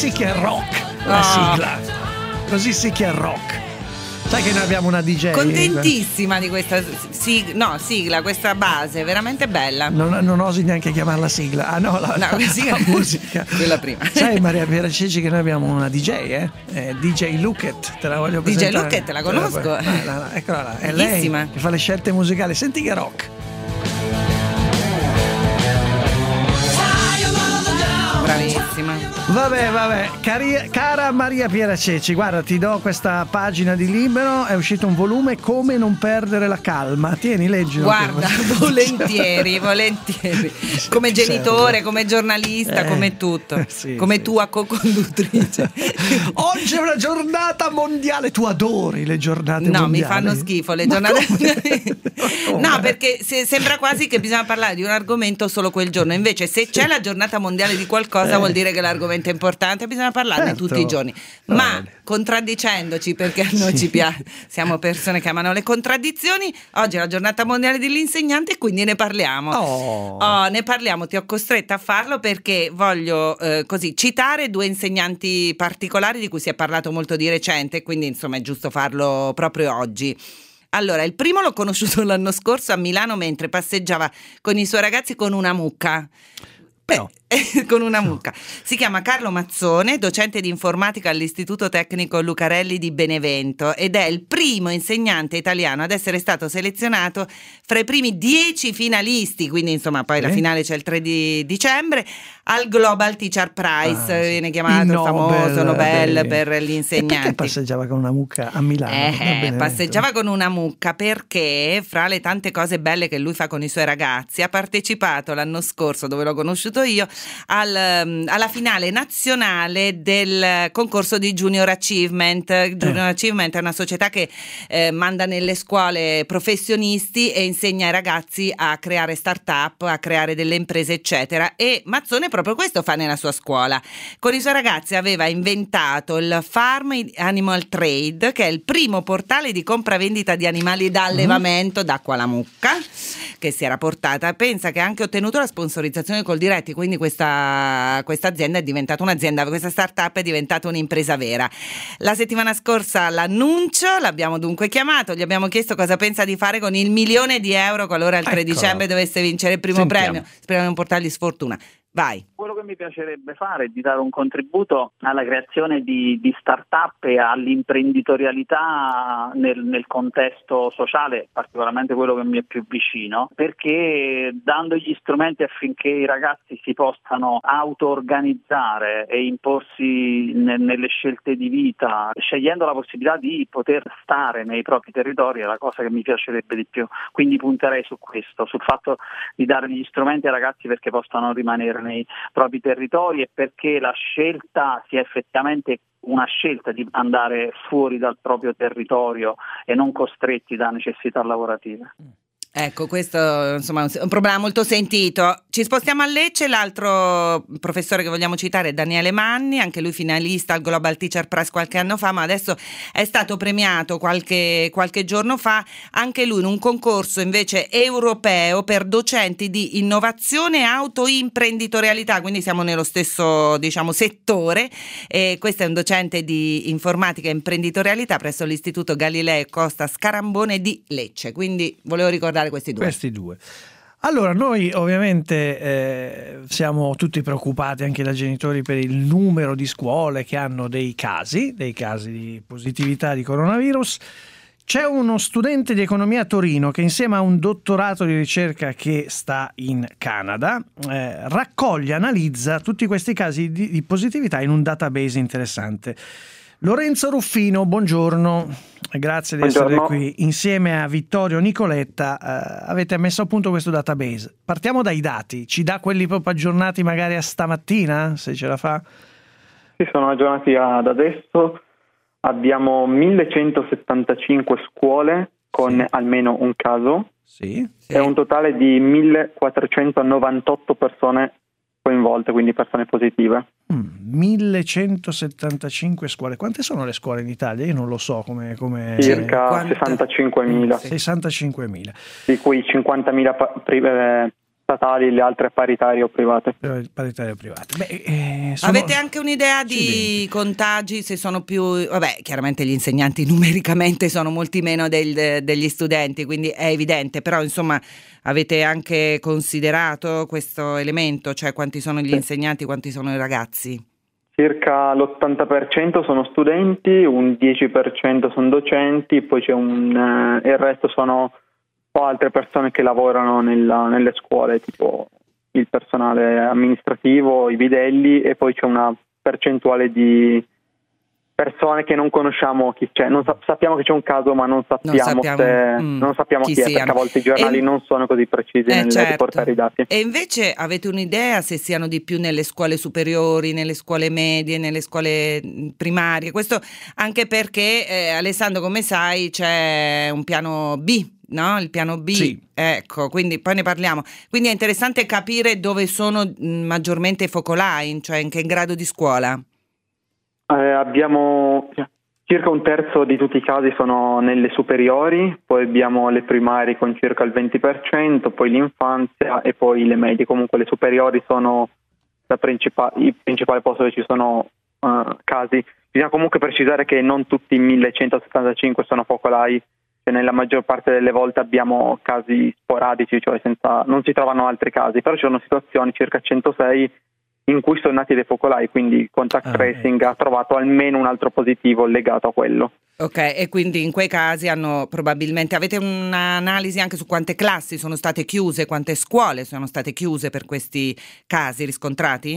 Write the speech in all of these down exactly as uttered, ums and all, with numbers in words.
sì che è rock la Oh. sigla, così sì che è rock. Sai che noi abbiamo una D J? Contentissima di questa sig- no, sigla, questa base, veramente bella. Non, non osi neanche chiamarla sigla. Ah no, la, No, la, sigla- la musica. Quella prima. Sai Maria Piera Ceci che noi abbiamo una D J, eh? eh D J Luket, te la voglio D J presentare. Luket, la conosco. Eh, la- la- eccola là, è Bellissima. lei che fa le scelte musicali. Senti che rock. Bravissima. Vabbè, vabbè, Cari- cara Maria Piera Ceci, guarda, ti do questa pagina di Libero, è uscito un volume Come non perdere la calma. Tieni, leggilo. Guarda, volentieri, volentieri. Come genitore, come giornalista, Eh, come tutto. sì, come sì. tua co-conduttrice. Oggi è una giornata mondiale, tu adori le giornate No, mondiali. mi fanno schifo le Ma giornate come? mondiali. Ma come? No, perché se- sembra quasi che bisogna parlare di un argomento solo quel giorno. Invece, se c'è la giornata mondiale di qualcosa, Eh. vuol dire che l'argomento è importante, bisogna parlarne Certo. tutti i giorni. Va Ma bene. contraddicendoci, perché a noi Sì. ci piace, siamo persone che amano le contraddizioni. Oggi è la giornata mondiale dell'insegnante e quindi ne parliamo. Oh. Oh, ne parliamo, ti ho costretta a farlo perché voglio eh, così citare due insegnanti particolari di cui si è parlato molto di recente, quindi insomma è giusto farlo proprio oggi. Allora, il primo l'ho conosciuto l'anno scorso a Milano mentre passeggiava con i suoi ragazzi con una mucca. Però. Beh, con una mucca. Si chiama Carlo Mazzone, docente di informatica all'Istituto Tecnico Lucarelli di Benevento ed è il primo insegnante italiano ad essere stato selezionato fra i primi dieci finalisti, quindi insomma poi la Sì. finale c'è il tre di dicembre, al Global Teacher Prize, Ah, sì. viene chiamato Il il famoso Nobel dei- per gli E insegnanti. perché passeggiava con una mucca a Milano? Eh, Va bene, passeggiava con una mucca perché fra le tante cose belle che lui fa con i suoi ragazzi ha partecipato l'anno scorso, dove l'ho conosciuto io, al, um, alla finale nazionale del concorso di Junior Achievement. Junior Achievement è una società che eh, manda nelle scuole professionisti e insegna ai ragazzi a creare start-up, a creare delle imprese eccetera, e Mazzone proprio questo fa nella sua scuola. Con i suoi ragazzi aveva inventato il Farm Animal Trade, che è il primo portale di compravendita di animali da allevamento, d'acqua alla mucca, che si era portata. Pensa che ha anche ottenuto la sponsorizzazione col Diretti, quindi questa, questa azienda è diventata un'azienda, questa startup è diventata un'impresa vera. La settimana scorsa l'annuncio, l'abbiamo dunque chiamato, gli abbiamo chiesto cosa pensa di fare con il milione di euro qualora il tre Eccolo. dicembre dovesse vincere il primo Sentiamo. premio. Speriamo di non portargli sfortuna. Vai. Quello che mi piacerebbe fare è di dare un contributo alla creazione di, di start-up e all'imprenditorialità nel, nel contesto sociale, particolarmente quello che mi è più vicino, perché dando gli strumenti affinché i ragazzi si possano auto-organizzare e imporsi ne, nelle scelte di vita, scegliendo la possibilità di poter stare nei propri territori, è la cosa che mi piacerebbe di più. Quindi punterei su questo, sul fatto di dare gli strumenti ai ragazzi perché possano rimanere nei propri territori e perché la scelta sia effettivamente una scelta di andare fuori dal proprio territorio e non costretti da necessità lavorative. Ecco, questo insomma è un problema molto sentito. Ci spostiamo a Lecce, l'altro professore che vogliamo citare è Daniele Manni, anche lui finalista al Global Teacher Prize qualche anno fa, ma adesso è stato premiato qualche, qualche giorno fa, anche lui in un concorso invece europeo per docenti di innovazione e autoimprenditorialità, quindi siamo nello stesso diciamo settore, e questo è un docente di informatica e imprenditorialità presso l'Istituto Galileo Costa Scarambone di Lecce, quindi volevo ricordare questi due. Questi due. Allora, noi ovviamente eh, siamo tutti preoccupati, anche da genitori, per il numero di scuole che hanno dei casi, dei casi di positività di coronavirus. C'è uno studente di economia a Torino che insieme a un dottorato di ricerca che sta in Canada eh, raccoglie, analizza tutti questi casi di, di positività in un database interessante. Lorenzo Ruffino, buongiorno, grazie di Buongiorno. essere qui. Insieme a Vittorio Nicoletta eh, avete messo a punto questo database. Partiamo dai dati, ci dà quelli proprio aggiornati magari a stamattina, se ce la fa? Sì, sono aggiornati ad adesso. Abbiamo millecentosettantacinque scuole con Sì. almeno un caso Sì. Sì. e un totale di millequattrocentonovantotto persone coinvolte, quindi persone positive. Mm, millecentosettantacinque scuole. Quante sono le scuole in Italia? Io non lo so come... come... Circa Quanta- sessantacinquemila, Sì. sessantacinquemila. di cui cinquantamila pa- pri- eh, statali, le altre paritarie o private. Paritarie o private. Beh, eh, sono... Avete anche un'idea di sì, contagi, se sono più... Vabbè, chiaramente gli insegnanti numericamente sono molti meno del, degli studenti, quindi è evidente, però insomma avete anche considerato questo elemento, cioè quanti sono gli sì. insegnanti, quanti sono i ragazzi? Circa l'ottanta per cento sono studenti, un dieci per cento sono docenti, poi c'è un eh, il resto sono o altre persone che lavorano nella, nelle scuole, tipo il personale amministrativo, i bidelli, e poi c'è una percentuale di persone che non conosciamo chi c'è. Non sa- sappiamo che c'è un caso, ma non sappiamo, non sappiamo, se, mm, non sappiamo chi, chi è, perché a volte i giornali e, non sono così precisi eh, nel certo. riportare i dati. E invece avete un'idea se siano di più nelle scuole superiori, nelle scuole medie, nelle scuole primarie? Questo anche perché, eh, Alessandro, come sai, c'è un piano B, no? Il piano B, sì. Ecco, quindi poi ne parliamo. Quindi è interessante capire dove sono maggiormente i focolai, cioè in che grado di scuola. Eh, abbiamo circa un terzo di tutti i casi sono nelle superiori, poi abbiamo le primarie con circa il venti per cento, poi l'infanzia e poi le medie. Comunque le superiori sono la principale, il principale posto dove ci sono uh, casi. Bisogna comunque precisare che non tutti i millecentosettantacinque sono focolai, e nella maggior parte delle volte abbiamo casi sporadici, cioè senza, non si trovano altri casi, però ci sono situazioni, circa centosei, in cui sono nati dei focolai, quindi contact ah, tracing eh. ha trovato almeno un altro positivo legato a quello. Ok, e quindi in quei casi hanno probabilmente, avete un'analisi anche su quante classi sono state chiuse, quante scuole sono state chiuse per questi casi riscontrati?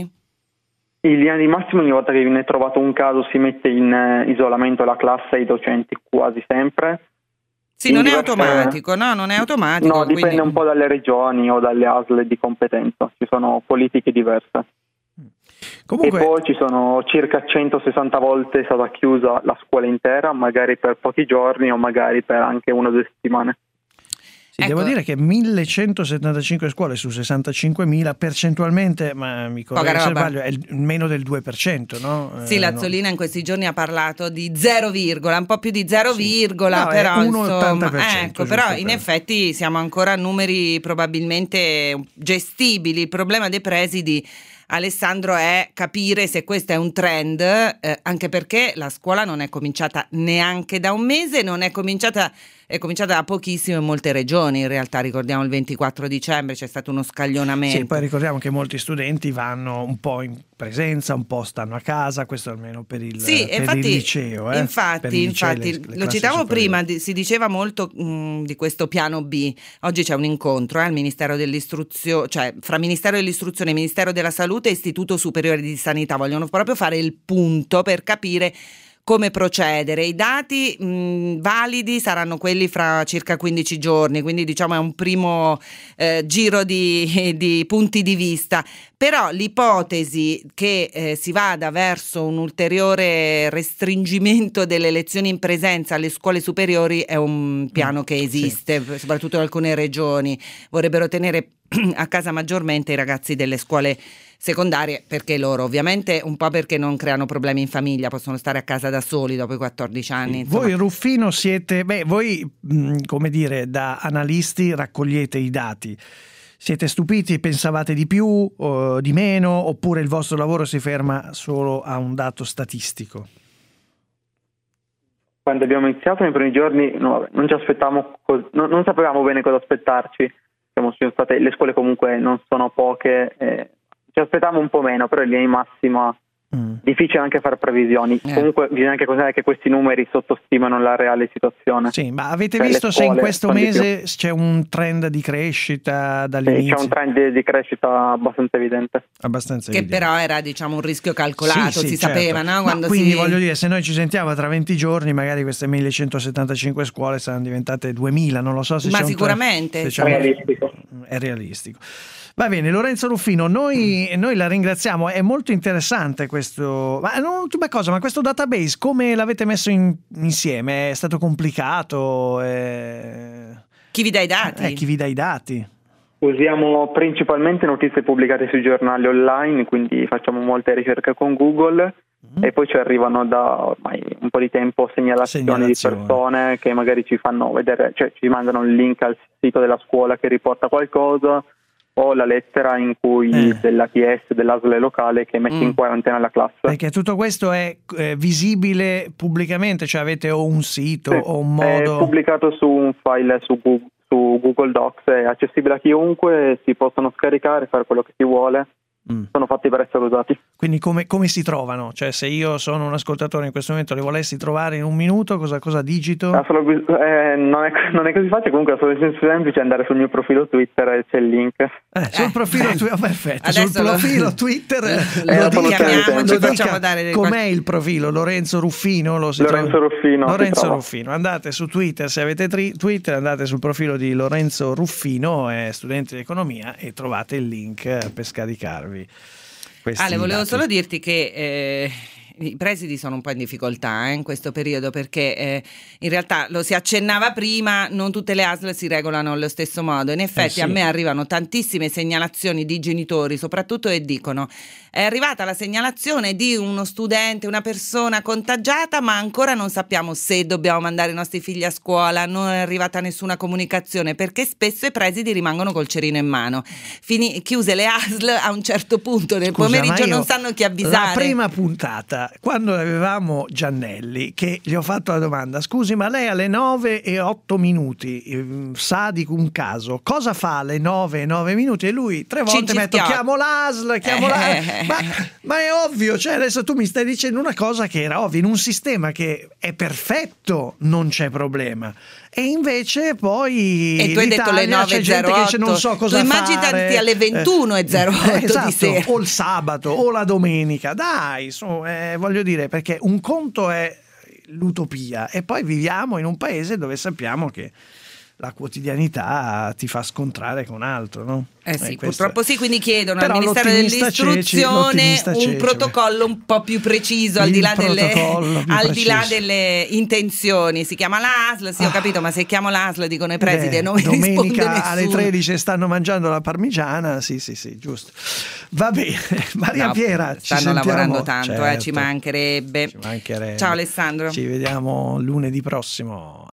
In linea di massimo ogni volta che viene trovato un caso si mette in eh, isolamento la classe e i docenti quasi sempre. Sì, non diverse... è automatico, no? Non è automatico. No, dipende quindi... un po' dalle regioni o dalle A S L di competenza, ci sono politiche diverse. Comunque... E poi ci sono circa centosessanta volte è stata chiusa la scuola intera, magari per pochi giorni o magari per anche una o due settimane. Sì, ecco. Devo dire che millecentosettantacinque scuole su sessantacinquemila, percentualmente, ma mi correggo se sbaglio, è il meno del due per cento, no? Sì, eh, Lazzolina no. in questi giorni ha parlato di zero virgola, un po' più di zero virgola, no, però insomma, ecco, però in per... effetti siamo ancora a numeri probabilmente gestibili. Il problema dei presidi, Alessandro, è capire se questo è un trend, eh, anche perché la scuola non è cominciata neanche da un mese, non è cominciata è cominciata da pochissimo in molte regioni, in realtà ricordiamo il ventiquattro dicembre c'è stato uno scaglionamento. Sì, poi ricordiamo che molti studenti vanno un po' in presenza, un po' stanno a casa, questo almeno per il, sì, per infatti, il liceo. Eh? Infatti, il liceo, infatti le, le lo citavo superiori. prima, di, si diceva molto mh, di questo piano B. Oggi c'è un incontro eh, al Ministero dell'Istruzione, cioè fra Ministero dell'Istruzione, Ministero della Salute e Istituto Superiore di Sanità. Vogliono proprio fare il punto per capire come procedere. I dati mh, validi saranno quelli fra circa quindici giorni, quindi diciamo è un primo eh, giro di, di punti di vista, però l'ipotesi che eh, si vada verso un ulteriore restringimento delle lezioni in presenza alle scuole superiori è un piano che esiste, sì. Soprattutto in alcune regioni vorrebbero tenere a casa maggiormente i ragazzi delle scuole secondarie, perché loro ovviamente un po' perché non creano problemi in famiglia, possono stare a casa da soli dopo i quattordici anni. Sì. Voi Ruffino siete, beh voi mh, come dire, da analisti raccogliete i dati, siete stupiti, pensavate di più o di meno, oppure il vostro lavoro si ferma solo a un dato statistico? Quando abbiamo iniziato nei primi giorni no, non ci aspettavamo, non, non sapevamo bene cosa aspettarci. Siamo state, le scuole comunque non sono poche, eh, ci aspettavamo un po' meno, però in linea di massima mm. difficile anche fare previsioni. Eh. Comunque bisogna anche considerare che questi numeri sottostimano la reale situazione. Sì, ma avete cioè, visto se in questo mese c'è un trend di crescita dall'inizio? Sì, c'è un trend di crescita abbastanza evidente. Abbastanza che evidente. però era diciamo un rischio calcolato, sì, sì, si certo. sapeva, no? Quando ma quindi si... voglio dire, se noi ci sentiamo tra venti giorni, magari queste millecentosettantacinque scuole saranno diventate duemila, non lo so se ma c'è sicuramente un tra... è realistico. È realistico. Va bene, Lorenzo Ruffino, noi, noi la ringraziamo, è molto interessante questo, ma non l'ultima cosa, ma questo database come l'avete messo in, insieme? È stato complicato? È... Chi vi dà i dati? Eh, chi vi dà i dati? Usiamo principalmente notizie pubblicate sui giornali online, quindi facciamo molte ricerche con Google mm-hmm. e poi ci arrivano da ormai un po' di tempo segnalazioni, segnalazioni di persone che magari ci fanno vedere, cioè ci mandano il link al sito della scuola che riporta qualcosa. o la lettera in cui Eh. dell'A T S, dell'A S L locale che mette Mm. in quarantena la classe. Perché tutto questo è eh, visibile pubblicamente, cioè avete o un sito Sì, o un è modo... pubblicato su un file su Google, su Google Docs, è accessibile a chiunque, si possono scaricare, fare quello che si vuole, Mm. sono fatti per essere usati. Quindi come, come si trovano? Cioè se io sono un ascoltatore in questo momento li volessi trovare in un minuto, cosa, cosa digito? Ha solo bis- eh, non, è, non è così facile, comunque è solo semplice andare sul mio profilo Twitter e c'è il link. Eh, sul Eh. profilo Twitter, perfetto, sul Adesso lo- profilo Twitter lo eh, lo chiamiamo, dica- ci lo dica facciamo dare dei com'è qualche- il profilo? Lorenzo Ruffino? Lo si Lorenzo trova? Ruffino si Lorenzo trova. Ruffino, andate su Twitter, se avete tri- Twitter andate sul profilo di Lorenzo Ruffino, è studente di economia, e trovate il link eh, per scaricarvi questi Ale, volevo dati. solo dirti che eh, i presidi sono un po' in difficoltà eh, in questo periodo, perché eh, in realtà lo si accennava prima, non tutte le A S L si regolano allo stesso modo. In effetti Eh sì. a me arrivano tantissime segnalazioni di genitori soprattutto e dicono: è arrivata la segnalazione di uno studente, una persona contagiata, ma ancora non sappiamo se dobbiamo mandare i nostri figli a scuola, non è arrivata nessuna comunicazione, perché spesso i presidi rimangono col cerino in mano. Fini- chiuse le A S L a un certo punto nel Scusa, pomeriggio ma io non sanno chi La avvisare. prima puntata, quando avevamo Giannelli, che gli ho fatto la domanda: scusi, ma lei alle nove e otto minuti eh, sa di un caso, cosa fa alle nove e nove minuti? E lui tre volte mi ha detto: Cincischiò. chiamo l'A S L, chiamo l'A S L. Eh. Ma, ma è ovvio, cioè adesso tu mi stai dicendo una cosa che era ovvia, in un sistema che è perfetto non c'è problema, e invece poi E tu hai detto le l'Italia nove c'è e gente zero che dice non otto. so cosa Tu fare. immaginati alle ventuno e zero otto di esatto, sera. o il sabato o la domenica, dai, su, eh, voglio dire, perché un conto è l'utopia e poi viviamo in un paese dove sappiamo che la quotidianità ti fa scontrare con altro, no? Eh sì, Eh, questo purtroppo è- sì, quindi chiedono al Però Ministero l'ottimista cieci- dell'Istruzione l'ottimista un cieco. protocollo un po' più preciso al Il di là delle, protocollo più al di là preciso. delle intenzioni. Si chiama l'A S L, sì ho Ah. capito, ma se chiamo l'A S L dicono i presidi Eh, e non mi risponde domenica alle nessuno. tredici stanno mangiando la parmigiana, sì sì sì, giusto. Va bene, Maria No, Piera, ci stanno sentiamo. lavorando tanto, eh, Certo, ci mancherebbe. ci mancherebbe. Ciao Alessandro. Ci vediamo lunedì prossimo.